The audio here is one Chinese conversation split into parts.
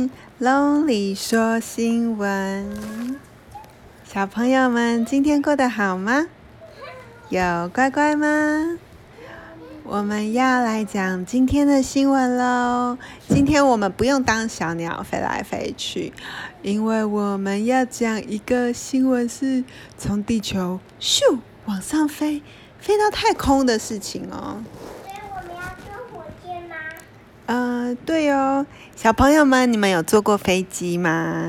听Lonely 说新闻。小朋友们今天过得好吗？有乖乖吗？我们要来讲今天的新闻咯。今天我们不用当小鸟飞来飞去，因为我们要讲一个新闻，是从地球咻往上飞到太空的事情哦。 所以我们要坐火箭吗？ 对哦。小朋友们，你们有坐过飞机吗？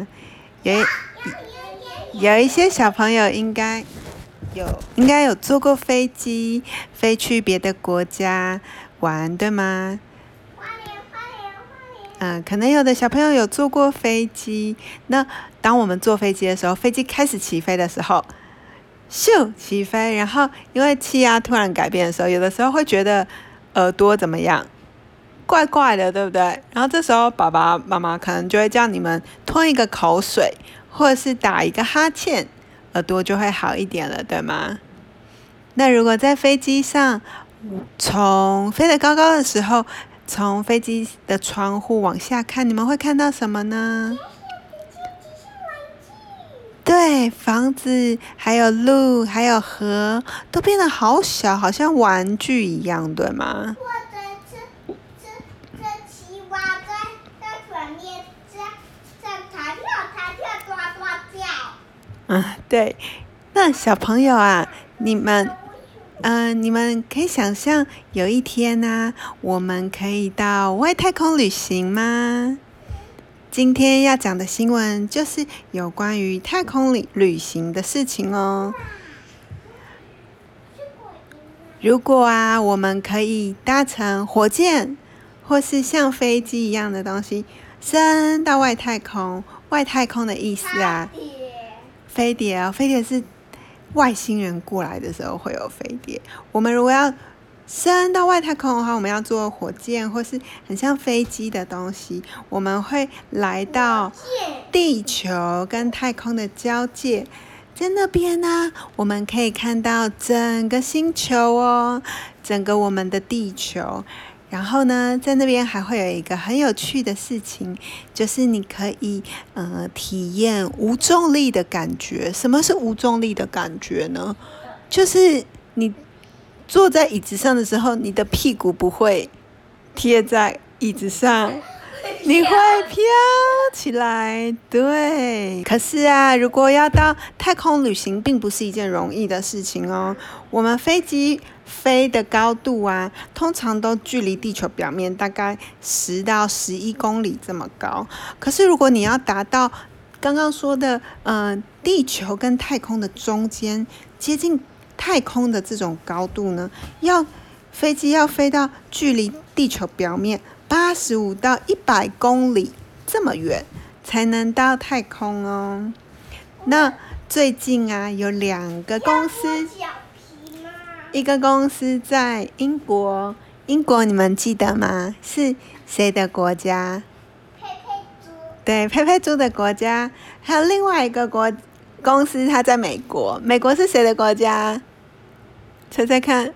有一些小朋友应该有坐过飞机，飞去别的国家玩，对吗？ 花莲。 可能有的小朋友有坐过飞机。那当我们坐飞机的时候，飞机开始起飞的时候，咻起飞，然后因为气压突然改变的时候，有的时候会觉得耳朵怎么样？怪怪的，对不对？然后这时候爸爸妈妈可能就会叫你们吞一个口水，或者是打一个哈欠，耳朵就会好一点了，对吗？那如果在飞机上从飞得高高的时候，从飞机的窗户往下看，你们会看到什么呢？对，房子还有路还有河都变得好小，好像玩具一样，对吗？ 或者这青蛙在水面在弹跳抓叫。 对。那小朋友啊，你们可以想象有一天啊，我们可以到外太空旅行吗？今天要讲的新闻就是有关于太空旅行的事情哦。如果啊，我们可以搭乘火箭，或是像飞机一样的东西，升到外太空。外太空的意思啊，飞碟哦，飞碟是外星人过来的时候会有飞碟。我们如果要升到外太空的话，我们要坐火箭或是很像飞机的东西，我们会来到地球跟太空的交界。在那边呢，我们可以看到整个星球哦，整个我们的地球。然后呢，在那边还会有一个很有趣的事情，就是你可以体验无重力的感觉。什么是无重力的感觉呢？就是你坐在椅子上的时候，你的屁股不会贴在椅子上，你会飘起来。对，可是啊，如果要到太空旅行，并不是一件容易的事情哦。我们飞机飞的高度啊，通常都距离地球表面大概10到11公里这么高。可是如果你要达到刚刚说的地球跟太空的中间，接近太空的这种高度呢，飞机要飞到距离地球表面85到100公里这么远，才能到太空哦。那最近啊，有2个公司，一个公司在英国你们记得吗？是谁的国家？ 佩猪。 对，佩佩猪的国家。还有另外一个公司，它在美国。美国是谁的国家？猜猜看。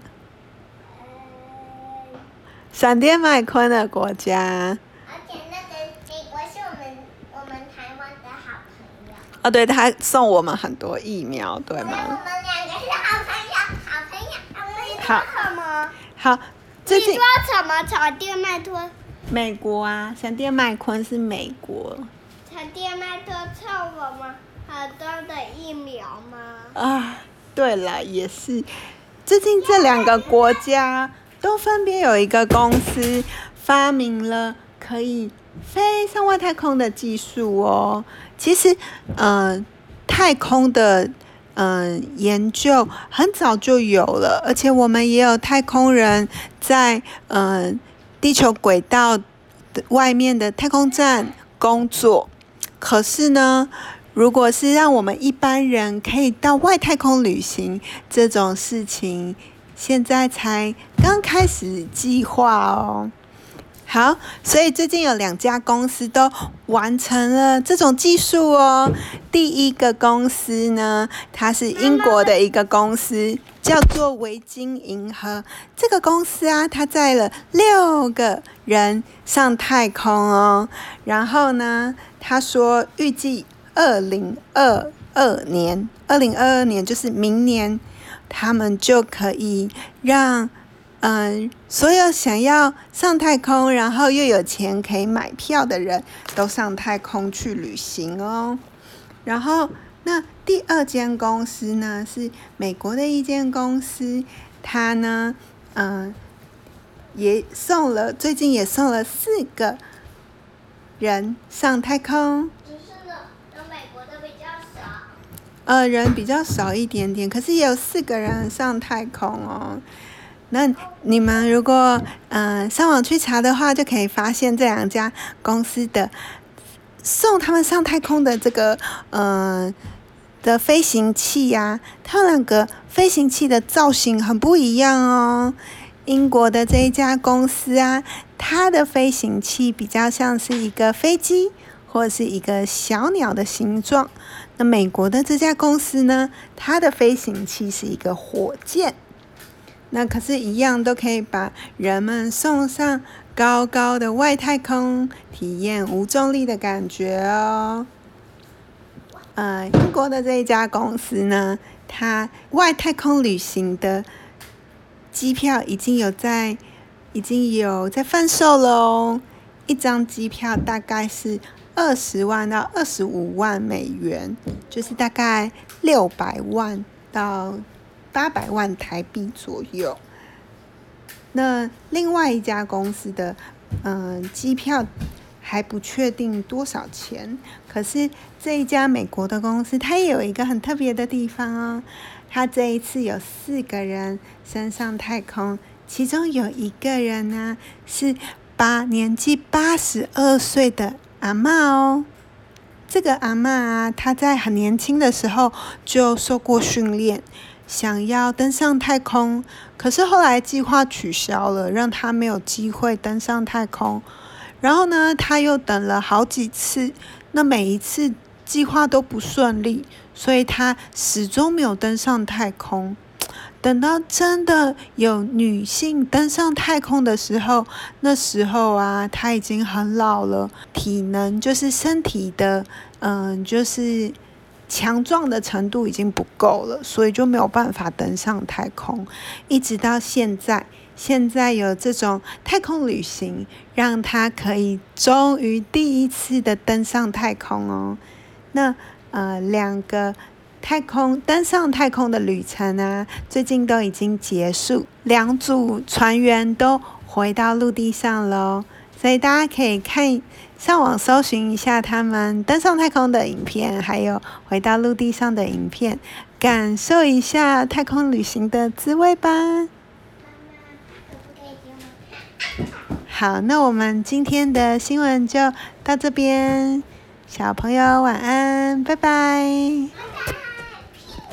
闪电麦昆的国家。 而且那个美国是我们台湾的好朋友。 哦，对，他送我们很多疫苗，对吗？ 我们2个是好朋友。你说什么？ 好，最近你说什么？闪电麦昆？ 美国啊，闪电麦昆是美国。 闪电麦昆送我们很多的疫苗吗？ 对了，也是。最近这2个国家都分别有一个公司发明了可以飞上外太空的技术哦。其实，太空的研究很早就有了，而且我们也有太空人在地球轨道的外面的太空站工作。可是呢，如果是让我们一般人可以到外太空旅行这种事情，现在才刚开始计划哦。 好，所以最近有2家公司都完成了这种技术哦。第一个公司呢，它是英国的一个公司，叫做维京银河。这个公司啊，它载了6个人上太空哦。然后呢，他说预计2022年就是明年，他们就可以让所有想要上太空，然后又有钱可以买票的人都上太空去旅行哦。然后，那第2间公司呢，是美国的一间公司，它呢，最近也送了4个人上太空。 只是呢，美国的比较少。 人比较少一点点，可是也有4个人上太空哦。那你们如果上网去查的话，就可以发现这2家公司的送他们上太空的这个的飞行器啊，它们2个飞行器的造型很不一样哦。英国的这一家公司啊，它的飞行器比较像是一个飞机或者是一个小鸟的形状。那美国的这家公司呢，它的飞行器是一个火箭。那可是一样都可以把人们送上高高的外太空，体验无重力的感觉哦。英国的这一家公司呢，它外太空旅行的机票已经有在贩售了哦。一张机票大概是20万到25万美元，就是大概600万到800万台币左右。那另外一家公司的机票还不确定多少钱，可是这一家美国的公司它也有一个很特别的地方哦。它这一次有4个人升上太空，其中有1个人呢是年纪82岁的阿嬷哦。这个阿嬷啊，她在很年轻的时候就受过训练，想要登上太空，可是后来计划取消了，让她没有机会登上太空。然后呢，她又等了好几次，那每一次计划都不顺利，所以她始终没有登上太空。等到真的有女性登上太空的时候，那时候啊，她已经很老了，体能就是身体的，就是强壮的程度已经不够了，所以就没有办法登上太空。一直到现在有这种太空旅行，让她可以终于第一次的登上太空哦。那2个登上太空的旅程啊，最近都已经结束，2组船员都回到陆地上了，所以大家可以上网搜寻一下他们登上太空的影片，还有回到陆地上的影片，感受一下太空旅行的滋味吧。好，那我们今天的新闻就到这边，小朋友晚安，拜拜。